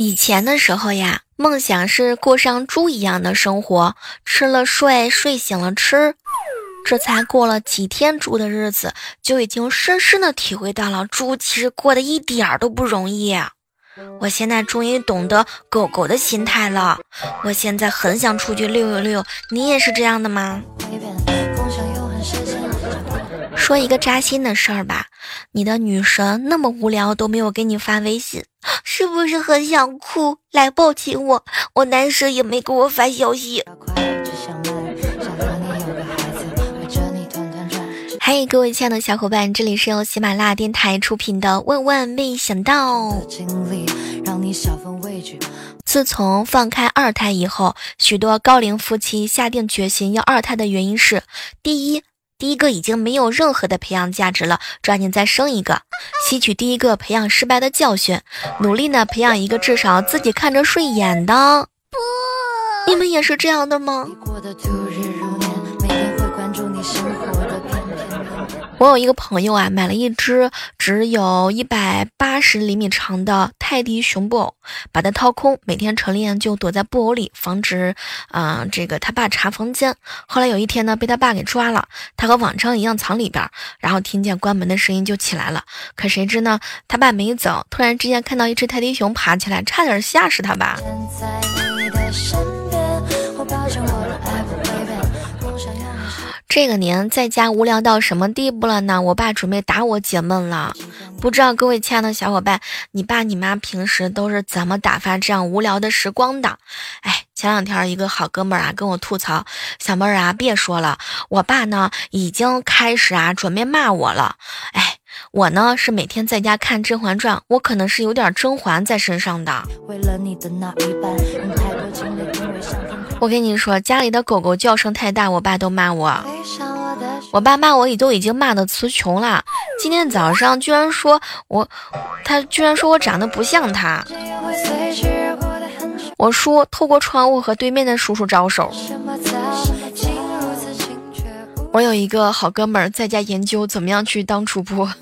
以前的时候呀，梦想是过上猪一样的生活，吃了睡，睡醒了吃。这才过了几天猪的日子，就已经深深的体会到了猪其实过得一点儿都不容易。我现在终于懂得狗狗的心态了，我现在很想出去溜一溜，你也是这样的吗？说一个扎心的事儿吧，你的女神那么无聊都没有给你发微信，是不是很想哭？来抱紧我，我男神也没给我发消息。嗨，各位亲爱的小伙伴，这里是由喜马拉雅电台出品的万万没想到。自从放开二胎以后，许多高龄夫妻下定决心要二胎的原因是：第一个已经没有任何的培养价值了，抓紧再生一个，吸取第一个培养失败的教训，努力呢培养一个至少自己看着顺眼的。你们也是这样的吗？我有一个朋友啊，买了一只只有180厘米长的泰迪熊布偶，把它掏空，每天晨练就躲在布偶里，防止他爸查房间。后来有一天呢，被他爸给抓了，他和往常一样藏里边，然后听见关门的声音就起来了。可谁知呢，他爸没走，突然之间看到一只泰迪熊爬起来，差点吓死他爸。这个年在家无聊到什么地步了呢？我爸准备打我解闷了。不知道各位亲爱的小伙伴，你爸你妈平时都是怎么打发这样无聊的时光的？前两天一个好哥们儿啊跟我吐槽，小妹儿啊别说了，我爸呢已经开始准备骂我了。我呢是每天在家看《甄嬛传》，我可能是有点甄嬛在身上的。我跟你说，家里的狗狗叫声太大，我爸都骂我。我爸骂我都已经骂得词穷了。今天早上居然说我长得不像他。我叔透过窗户和对面的叔叔招手。我有一个好哥们儿在家研究怎么样去当主播。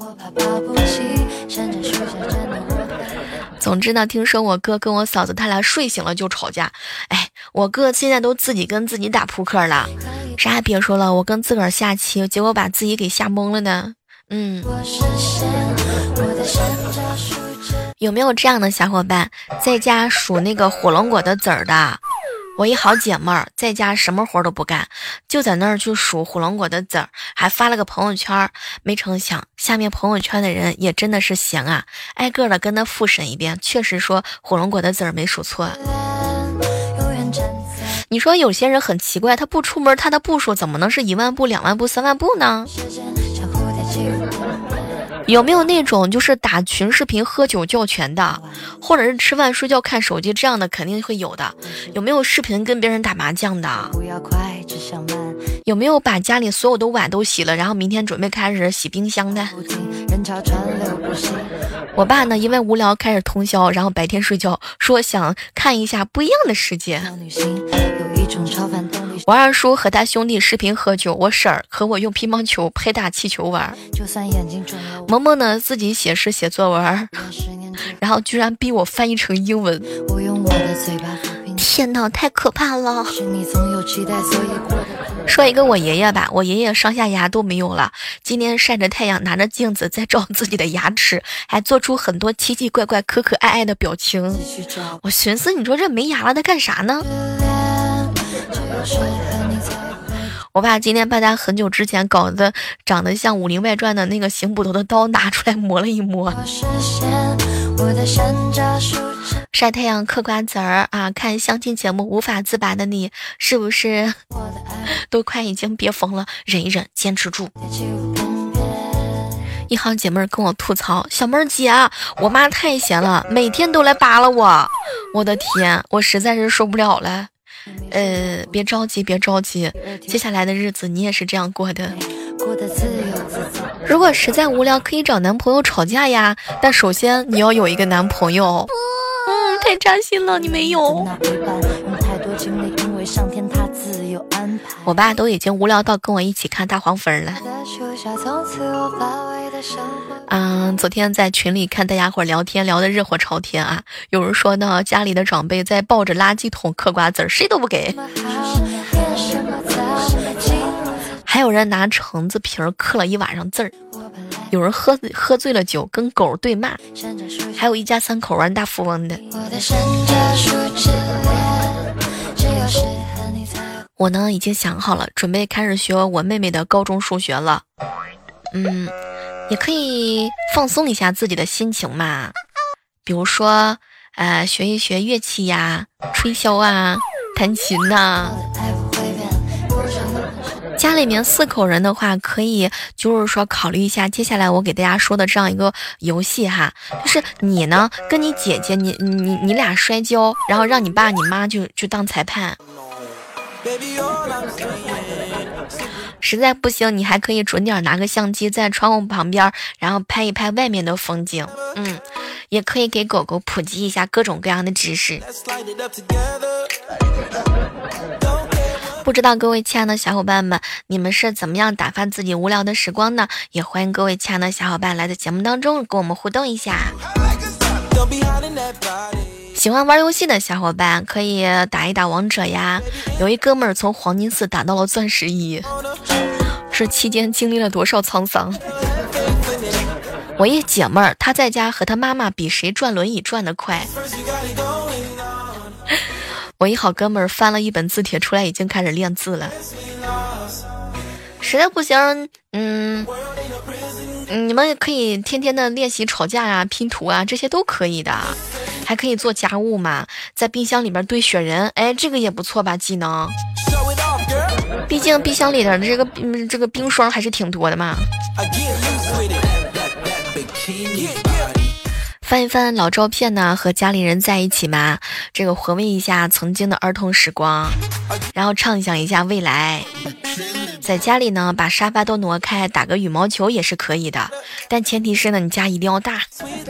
总之呢，听说我哥跟我嫂子他俩睡醒了就吵架。我哥现在都自己跟自己打扑克了。啥也别说了，我跟自个儿下棋，结果把自己给吓懵了呢。有没有这样的小伙伴在家数那个火龙果的籽儿的？我一好姐妹儿在家什么活都不干，就在那儿去数火龙果的籽儿，还发了个朋友圈。没成想下面朋友圈的人也真的是行啊，挨个的跟他复审一遍，确实说火龙果的籽儿没数错。你说有些人很奇怪，他不出门他的步数怎么能是1万步、2万步、3万步呢？有没有那种就是打群视频喝酒叫拳的，或者是吃饭睡觉看手机，这样的肯定会有的。有没有视频跟别人打麻将的？有没有把家里所有的碗都洗了，然后明天准备开始洗冰箱的？我爸呢因为无聊开始通宵，然后白天睡觉，说想看一下不一样的世界。我二叔和他兄弟视频喝酒，我婶儿和我用乒乓球拍打气球玩。萌萌呢自己写诗写作文，然后居然逼我翻译成英文。天哪，太可怕了。说一个我爷爷吧，我爷爷上下牙都没有了，今天晒着太阳拿着镜子在照自己的牙齿，还做出很多奇奇怪怪可可爱爱的表情。我寻思你说这没牙了他干啥呢？我爸今天把他很久之前搞得长得像《武林外传》的那个行捕头的刀拿出来磨了一磨。晒太阳嗑瓜子儿啊，看相亲节目无法自拔的你，是不是都快已经憋疯了？忍一忍，坚持住。一行姐妹跟我吐槽，小妹儿姐，我妈太闲了，每天都来扒拉我。我的天，我实在是受不了了。别着急，接下来的日子你也是这样过的。如果实在无聊，可以找男朋友吵架呀，但首先你要有一个男朋友。太扎心了，你没有。 我爸都已经无聊到跟我一起看大黄蜂了。昨天在群里看大家伙聊天聊得热火朝天啊，有人说呢家里的长辈在抱着垃圾桶嗑瓜子儿，谁都不给。还有人拿橙子皮儿嗑了一晚上字儿，有人喝醉了酒跟狗对骂，还有一家3口玩大富翁的。我呢已经想好了，准备开始学我妹妹的高中数学了。也可以放松一下自己的心情嘛，比如说学一学乐器呀，吹箫啊，弹琴呐。家里面4口人的话，可以就是说考虑一下接下来我给大家说的这样一个游戏哈，就是你呢跟你姐姐你俩摔跤，然后让你爸你妈就当裁判。实在不行你还可以准点拿个相机在窗户旁边，然后拍一拍外面的风景。也可以给狗狗普及一下各种各样的知识。不知道各位亲爱的小伙伴们，你们是怎么样打发自己无聊的时光呢？也欢迎各位亲爱的小伙伴来到节目当中跟我们互动一下。喜欢玩游戏的小伙伴可以打一打王者呀，有一哥们儿从黄金4打到了钻石1，这期间经历了多少沧桑。我一姐妹儿她在家和她妈妈比谁转轮椅转得快。我一好哥们儿翻了一本字帖出来，已经开始练字了。实在不行你们可以天天的练习吵架啊，拼图啊，这些都可以的。还可以做家务嘛，在冰箱里边堆雪人，这个也不错吧技能。毕竟冰箱里的这个冰霜还是挺多的嘛。翻一翻老照片呢，和家里人在一起嘛，这个回味一下曾经的儿童时光，然后畅想一下未来。在家里呢把沙发都挪开，打个羽毛球也是可以的，但前提是呢你家一定要大。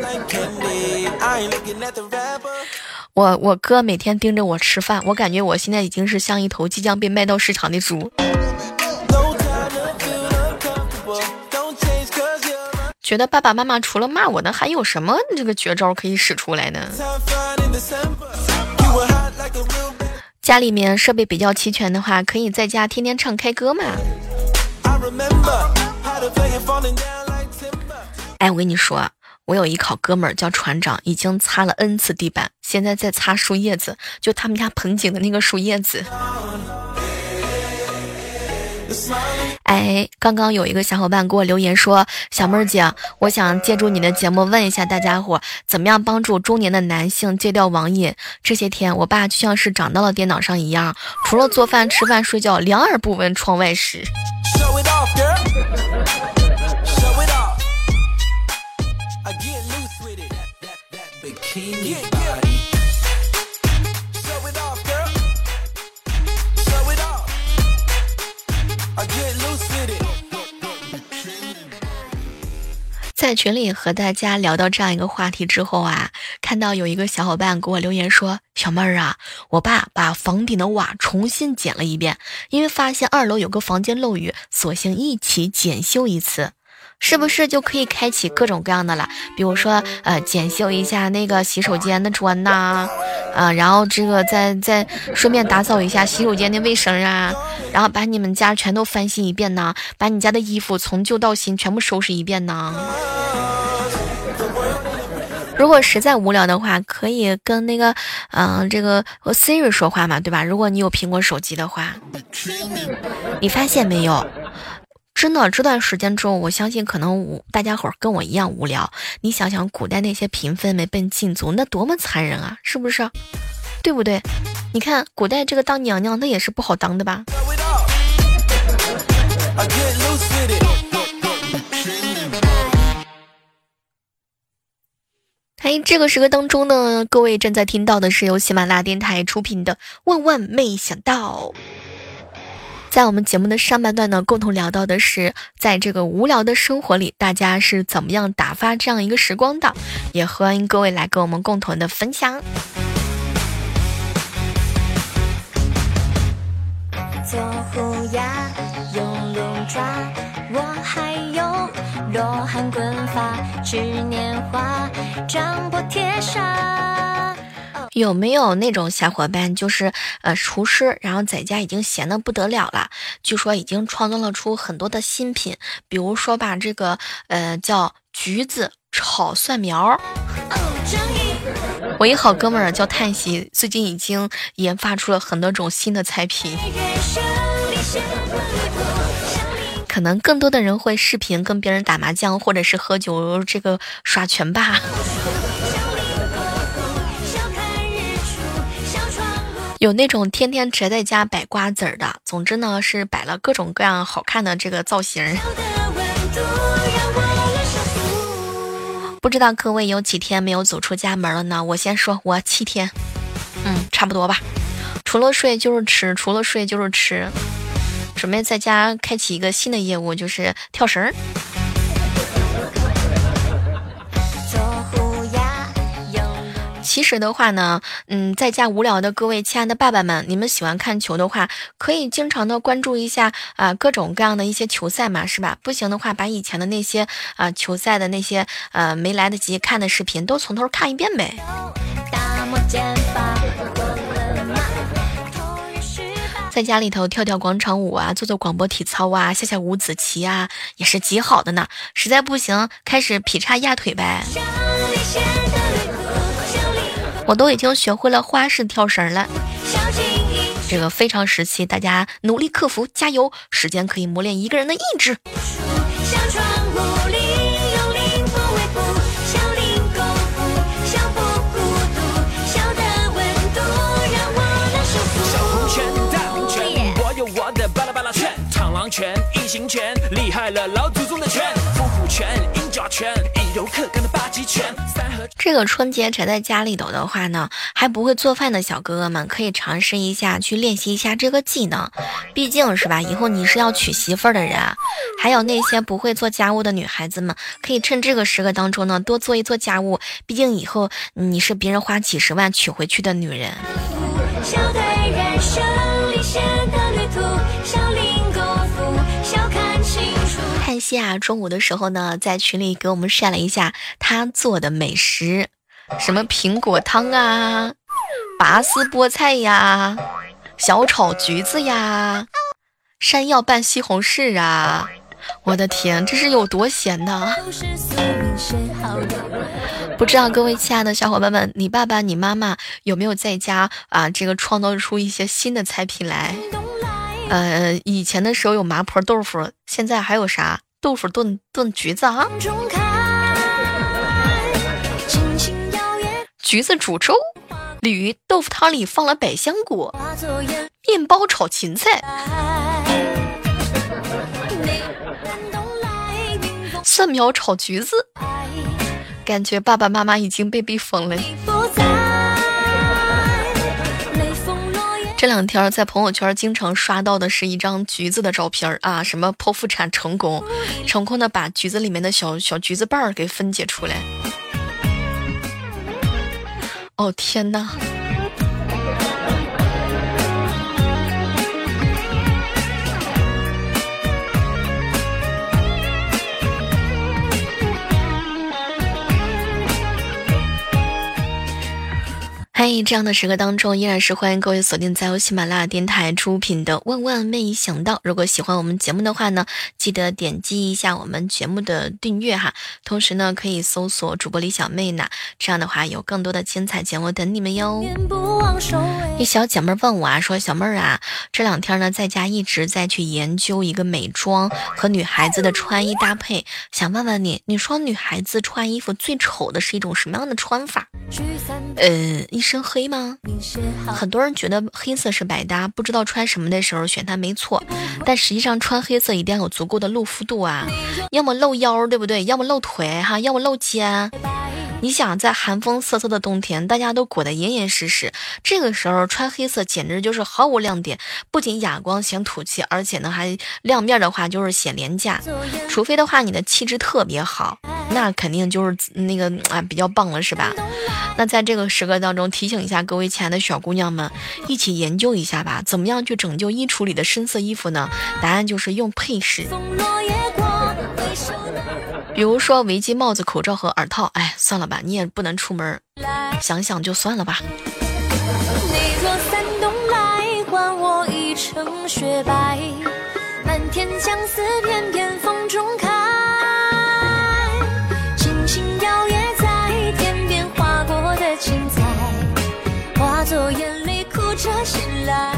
我哥每天盯着我吃饭，我感觉我现在已经是像一头即将被卖到市场的猪。觉得爸爸妈妈除了骂我呢，还有什么这个绝招可以使出来呢？家里面设备比较齐全的话，可以在家天天唱 K 歌嘛。我跟你说，我有一好哥们儿叫船长，已经擦了 N 次地板，现在在擦树叶子，就他们家盆景的那个树叶子。刚刚有一个小伙伴给我留言说，小妹儿姐，我想借助你的节目问一下大家伙，怎么样帮助中年的男性戒掉网瘾？这些天我爸就像是长到了电脑上一样，除了做饭吃饭睡觉，两耳不闻窗外事。在群里和大家聊到这样一个话题之后啊，看到有一个小伙伴给我留言说，小妹儿啊，我爸把房顶的瓦重新剪了一遍，因为发现2楼有个房间漏雨，索性一起检修一次。是不是就可以开启各种各样的了？比如说检修一下那个洗手间的砖呐，然后这个再顺便打扫一下洗手间的卫生啊，然后把你们家全都翻新一遍呢，把你家的衣服从旧到新全部收拾一遍呢。如果实在无聊的话，可以跟那个这个Siri 说话嘛，对吧？如果你有苹果手机的话，你发现没有？真的这段时间之后，我相信可能大家伙跟我一样无聊。你想想古代那些嫔妃们被禁足，那多么残忍啊，是不是？对不对？你看古代这个当娘娘那也是不好当的吧。这个时刻当中呢，各位正在听到的是由喜马拉雅电台出品的《万万没想到》。在我们节目的上半段呢，共同聊到的是在这个无聊的生活里，大家是怎么样打发这样一个时光的，也欢迎各位来跟我们共同的分享。 做虎牙用龙爪，我还有罗汉棍法治年华，掌破铁砂。 有没有那种小伙伴就是厨师，然后在家已经闲得不得了了，据说已经创造了出很多的新品，比如说把这个叫橘子炒蒜苗。我一好哥们儿叫叹息，最近已经研发出了很多种新的菜品。可能更多的人会视频跟别人打麻将，或者是喝酒这个耍拳吧。有那种天天宅在家摆瓜子儿的，总之呢是摆了各种各样好看的这个造型。不知道各位有几天没有走出家门了呢？我先说，我7天，差不多吧。除了睡就是吃，除了睡就是吃。准备在家开启一个新的业务，就是跳绳。其实的话呢，在家无聊的各位亲爱的爸爸们，你们喜欢看球的话，可以经常的关注一下各种各样的一些球赛嘛，是吧？不行的话，把以前的那些球赛的那些没来得及看的视频都从头看一遍呗。在家里头跳跳广场舞啊，做做广播体操啊，下下五子棋啊，也是极好的呢。实在不行，开始劈叉压腿呗。我都已经学会了花式跳绳了，这个非常时期，大家努力克服，加油！时间可以磨练一个人的意志。 螳螂拳、异形拳，厉害了老祖宗的拳，伏虎拳、鹰爪拳，一柔克刚的八极拳。 这个春节宅在家里头的话呢，还不会做饭的小哥哥们可以尝试一下，去练习一下这个技能。毕竟是吧，以后你是要娶媳妇儿的人。还有那些不会做家务的女孩子们，可以趁这个时刻当中呢，多做一做家务。毕竟以后你是别人花几十万娶回去的女人。看戏啊，中午的时候呢，在群里给我们晒了一下他做的美食，什么苹果汤啊，拔丝菠菜呀，小炒橘子呀，山药拌西红柿啊，我的天，这是有多咸呢？不知道各位亲爱的小伙伴们，你爸爸你妈妈有没有在家这个创造出一些新的菜品来？以前的时候有麻婆豆腐，现在还有啥豆腐炖橘子啊？橘子煮粥，驴豆腐汤里放了百香果，面包炒芹菜，蒜苗炒橘子，感觉爸爸妈妈已经被逼疯了。这两天在朋友圈经常刷到的是一张橘子的照片啊，什么剖腹产成功的把橘子里面的小橘子瓣儿给分解出来。哦天哪！嗨，这样的时刻当中，依然是欢迎各位锁定在由喜马拉雅电台出品的万万没想到。如果喜欢我们节目的话呢，记得点击一下我们节目的订阅哈，同时呢可以搜索主播李小妹呢，这样的话有更多的精彩节目等你们哟。一小姐妹问我啊，说小妹儿啊，这两天呢在家一直在去研究一个美妆和女孩子的穿衣搭配，想问问你说女孩子穿衣服最丑的是一种什么样的穿法？一身黑吗？很多人觉得黑色是百搭，不知道穿什么的时候选它没错，但实际上穿黑色一定要有足够的露肤度啊，要么露腰，对不对？要么露腿哈，要么露肩。你想在寒风瑟瑟的冬天，大家都裹得严严实实，这个时候穿黑色简直就是毫无亮点，不仅哑光显土气，而且呢还亮面的话就是显廉价，除非的话你的气质特别好。 那肯定就是那个比较棒了，是吧？那在这个时刻当中，提醒一下各位亲爱的小姑娘们，一起研究一下吧，怎么样去拯救衣橱里的深色衣服呢？答案就是用配饰，比如说围巾、帽子、口罩和耳套。哎，算了吧，你也不能出门，想想就算了吧。 你若伞东来，还我一程雪白，满天相思片片风中开，轻轻摇曳在天边划过的青彩，化作眼泪哭着醒来。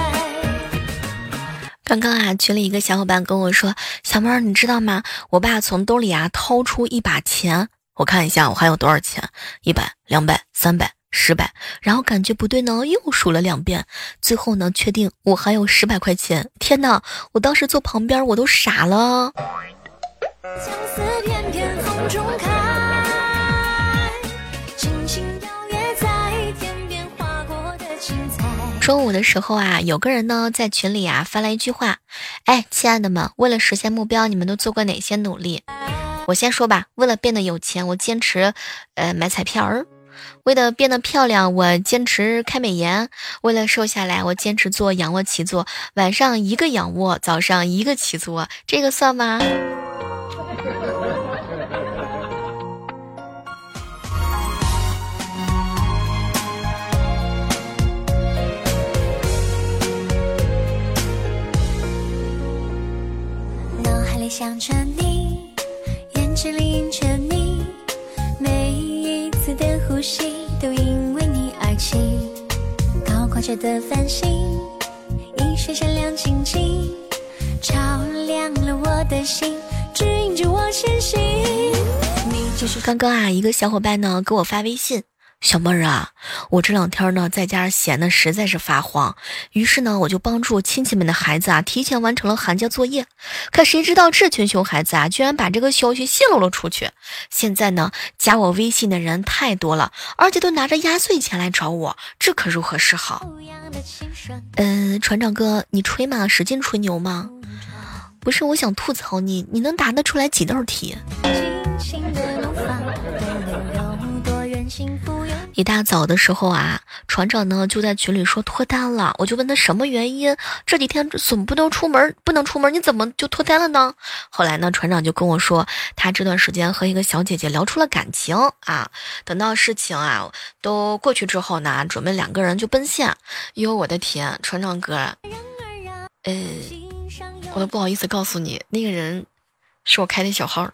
刚刚群里一个小伙伴跟我说，小妹儿你知道吗，我爸从兜里掏出一把钱，我看一下我还有多少钱，100、200、300、10百，然后感觉不对呢，又数了2遍，最后呢确定我还有10块钱。天哪，我当时坐旁边我都傻了。 相思片片风中开，轻轻摇曳在天边划过的青彩。 中午的时候有个人呢在群里发来一句话，哎，亲爱的们，为了实现目标，你们都做过哪些努力？我先说吧，为了变得有钱，我坚持买彩票儿。为了变得漂亮，我坚持开美颜；为了瘦下来，我坚持做仰卧起坐，晚上1个仰卧，早上1个起坐，这个算吗？ 脑海里想着你，眼睛里映着你，每一次的呼吸都因为你而起，高挂着的繁星，一闪闪亮晶晶，照亮了我的心，指引着我前行。你就是刚刚一个小伙伴呢给我发微信，小妹儿我这2天呢在家闲的实在是发慌，于是呢我就帮助亲戚们的孩子提前完成了寒假作业，可谁知道这群熊孩子居然把这个消息泄露了出去。现在呢加我微信的人太多了，而且都拿着压岁钱来找我，这可如何是好？船长哥，你吹吗？使劲吹牛吗？不是，我想吐槽你，你能答得出来几道题？一大早的时候船长呢就在群里说脱单了，我就问他什么原因，这几天总不能出门，你怎么就脱单了呢？后来呢船长就跟我说，他这段时间和一个小姐姐聊出了感情等到事情都过去之后呢，准备2个人就奔现。哟，我的天，船长哥，我都不好意思告诉你，那个人是我开的小号。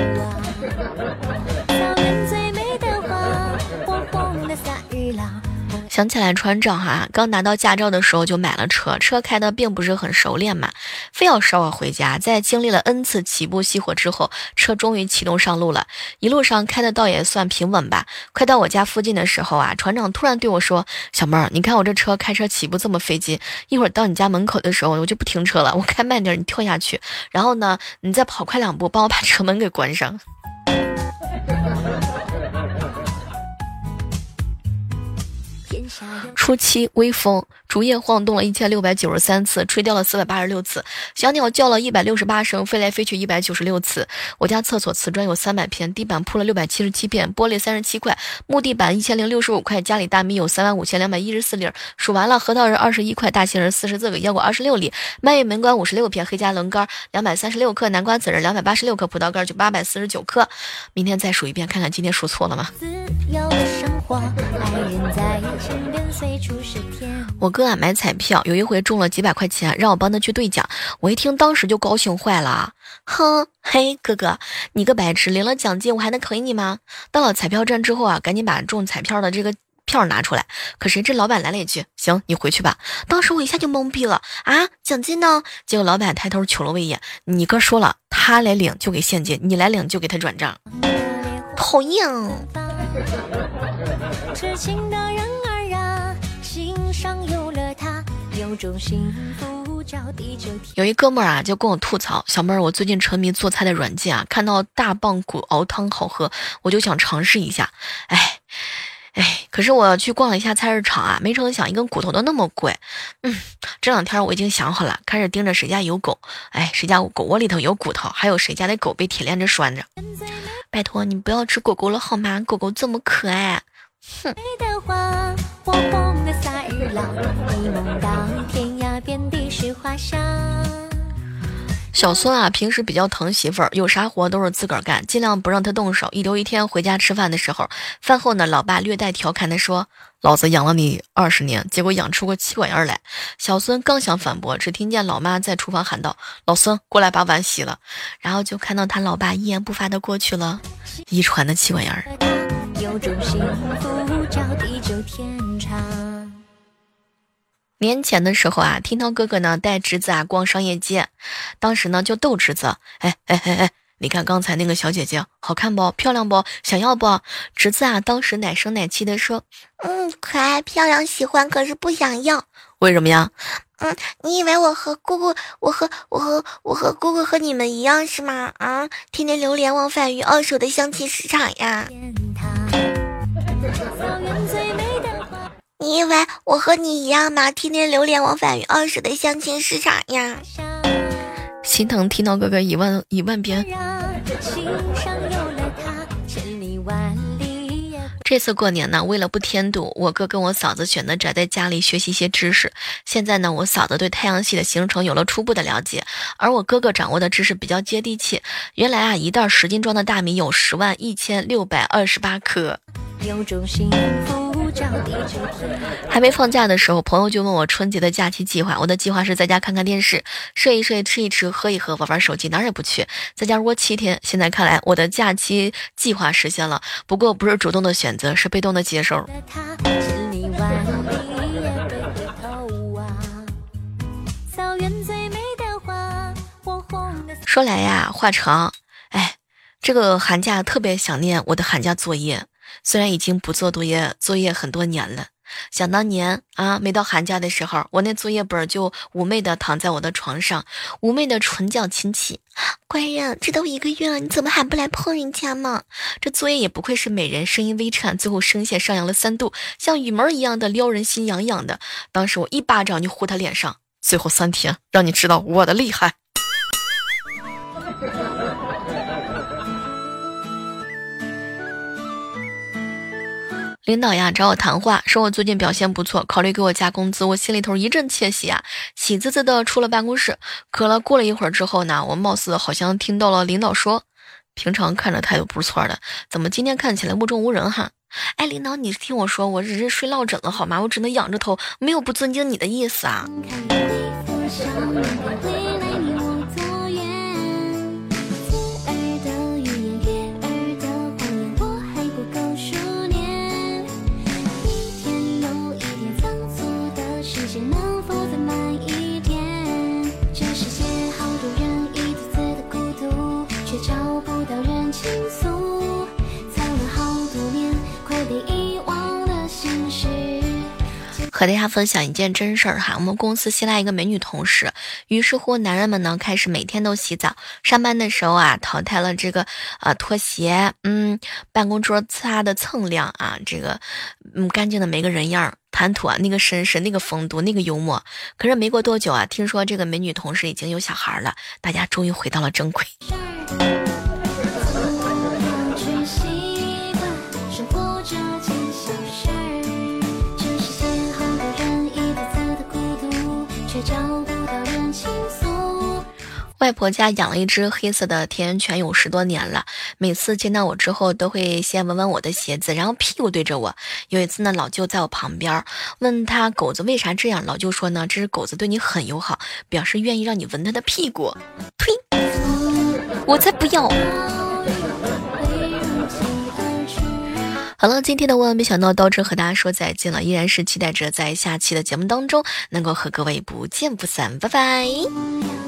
想起来船长刚拿到驾照的时候就买了车开的并不是很熟练嘛，非要捎我回家。在经历了 N 次起步熄火之后，车终于启动上路了，一路上开的倒也算平稳吧。快到我家附近的时候船长突然对我说，小妹儿，你看我这车开车起步这么费劲，一会儿到你家门口的时候我就不停车了，我开慢点你跳下去，然后呢你再跑快2步帮我把车门给关上。初期微风，竹叶晃动了1693次，吹掉了486次，小鸟叫了168声，飞来飞去196次。我家厕所瓷砖有300片，地板铺了677片，玻璃37块，木地板1065块，家里大米有35214粒，数完了，核桃仁21块，大杏仁44个，腰果26粒，蔓越莓干56片，黑加仑干236克，南瓜籽仁286克，葡萄干就849克。明天再数一遍，看看今天数错了吗？我哥买彩票，有一回中了几百块钱，让我帮他去兑奖。我一听，当时就高兴坏了。哼，嘿，哥哥，你个白痴，领了奖金我还能坑你吗？到了彩票站之后赶紧把中彩票的这个票拿出来。可谁知老板来了一句，行，你回去吧。当时我一下就懵逼了奖金呢？结果老板抬头瞅了我一眼，你哥说了，他来领就给现金，你来领就给他转账。讨厌。痴情的人儿心上有了他，有种幸福叫地久天。有一哥们儿就跟我吐槽，小妹儿，我最近沉迷做菜的软件看到大棒骨熬汤好喝，我就想尝试一下。可是我去逛了一下菜市场没成想一根骨头都那么贵。这2天我已经想好了，开始盯着谁家有狗，谁家狗窝里头有骨头，还有谁家的狗被铁链子拴着。 拜托你不要吃狗狗了好吗？狗狗这么可爱。哼。小孙啊，平时比较疼媳妇儿，有啥活都是自个儿干，尽量不让他动手。一天回家吃饭的时候，饭后呢，老爸略带调侃的说：“老子养了你20年，结果养出个气管炎来。”小孙刚想反驳，只听见老妈在厨房喊道：“老孙，过来把碗洗了。”然后就看到他老爸一言不发的过去了，遗传的气管炎。有种幸福叫地久天长。年前的时候啊，听到哥哥呢带侄子啊逛商业街，当时呢就逗侄子，哎，你看刚才那个小姐姐好看不？漂亮不？想要不？侄子啊当时奶声奶气的说，可爱漂亮喜欢，可是不想要。为什么呀？你以为我和姑姑，我和姑姑和你们一样是吗？天天流连忘返于二手的相亲市场呀。你以为我和你一样吗？天天流连忘返于二手的相亲市场呀。心疼听到哥哥一万遍。这次过年呢，为了不添堵，我哥跟我嫂子选择宅在家里学习一些知识。现在呢，我嫂子对太阳系的形成有了初步的了解，而我哥哥掌握的知识比较接地气。原来啊，一袋10斤装的大米有101628颗。有种幸福叫地久天。还没放假的时候，朋友就问我春节的假期计划。我的计划是在家看看电视，睡一睡，吃一吃，喝一喝，玩玩手机，哪儿也不去，在家窝7天。现在看来，我的假期计划实现了，不过不是主动的选择，是被动的接受。说来呀，话长，这个寒假特别想念我的寒假作业。虽然已经不做作业很多年了，想当年啊，每到寒假的时候，我那作业本就妩媚的躺在我的床上，妩媚的唇角轻启。乖人，这都1个月了，你怎么还不来碰人家嘛？这作业也不愧是美人，声音微颤，最后声线上扬了3度，像羽毛一样的撩人心痒痒的。当时我一巴掌就呼他脸上，最后3天，让你知道我的厉害。领导呀找我谈话，说我最近表现不错，考虑给我加工资，我心里头一阵窃喜啊，喜滋滋的出了办公室。可了过了一会儿之后呢，我貌似好像听到了领导说，平常看着态度不错的，怎么今天看起来目中无人哈？领导你听我说，我只是睡落枕了好吗？我只能仰着头，没有不尊敬你的意思啊。和大家分享一件真事儿哈，我们公司新来一个美女同事，于是乎男人们呢开始每天都洗澡，上班的时候啊淘汰了这个拖鞋，办公桌擦的锃亮啊，这个干净的没个人样，谈吐啊那个绅士，那个风度，那个幽默。可是没过多久啊，听说这个美女同事已经有小孩了，大家终于回到了正轨。外婆家养了一只黑色的田园犬，有10多年了。每次见到我之后，都会先闻闻我的鞋子，然后屁股对着我。有一次呢，老舅在我旁边，问他狗子为啥这样，老舅说呢，这只狗子对你很友好，表示愿意让你闻它的屁股。呸！我才不要！好了，今天的万万没想到到这和大家说再见了，依然是期待着在下期的节目当中能够和各位不见不散，拜拜。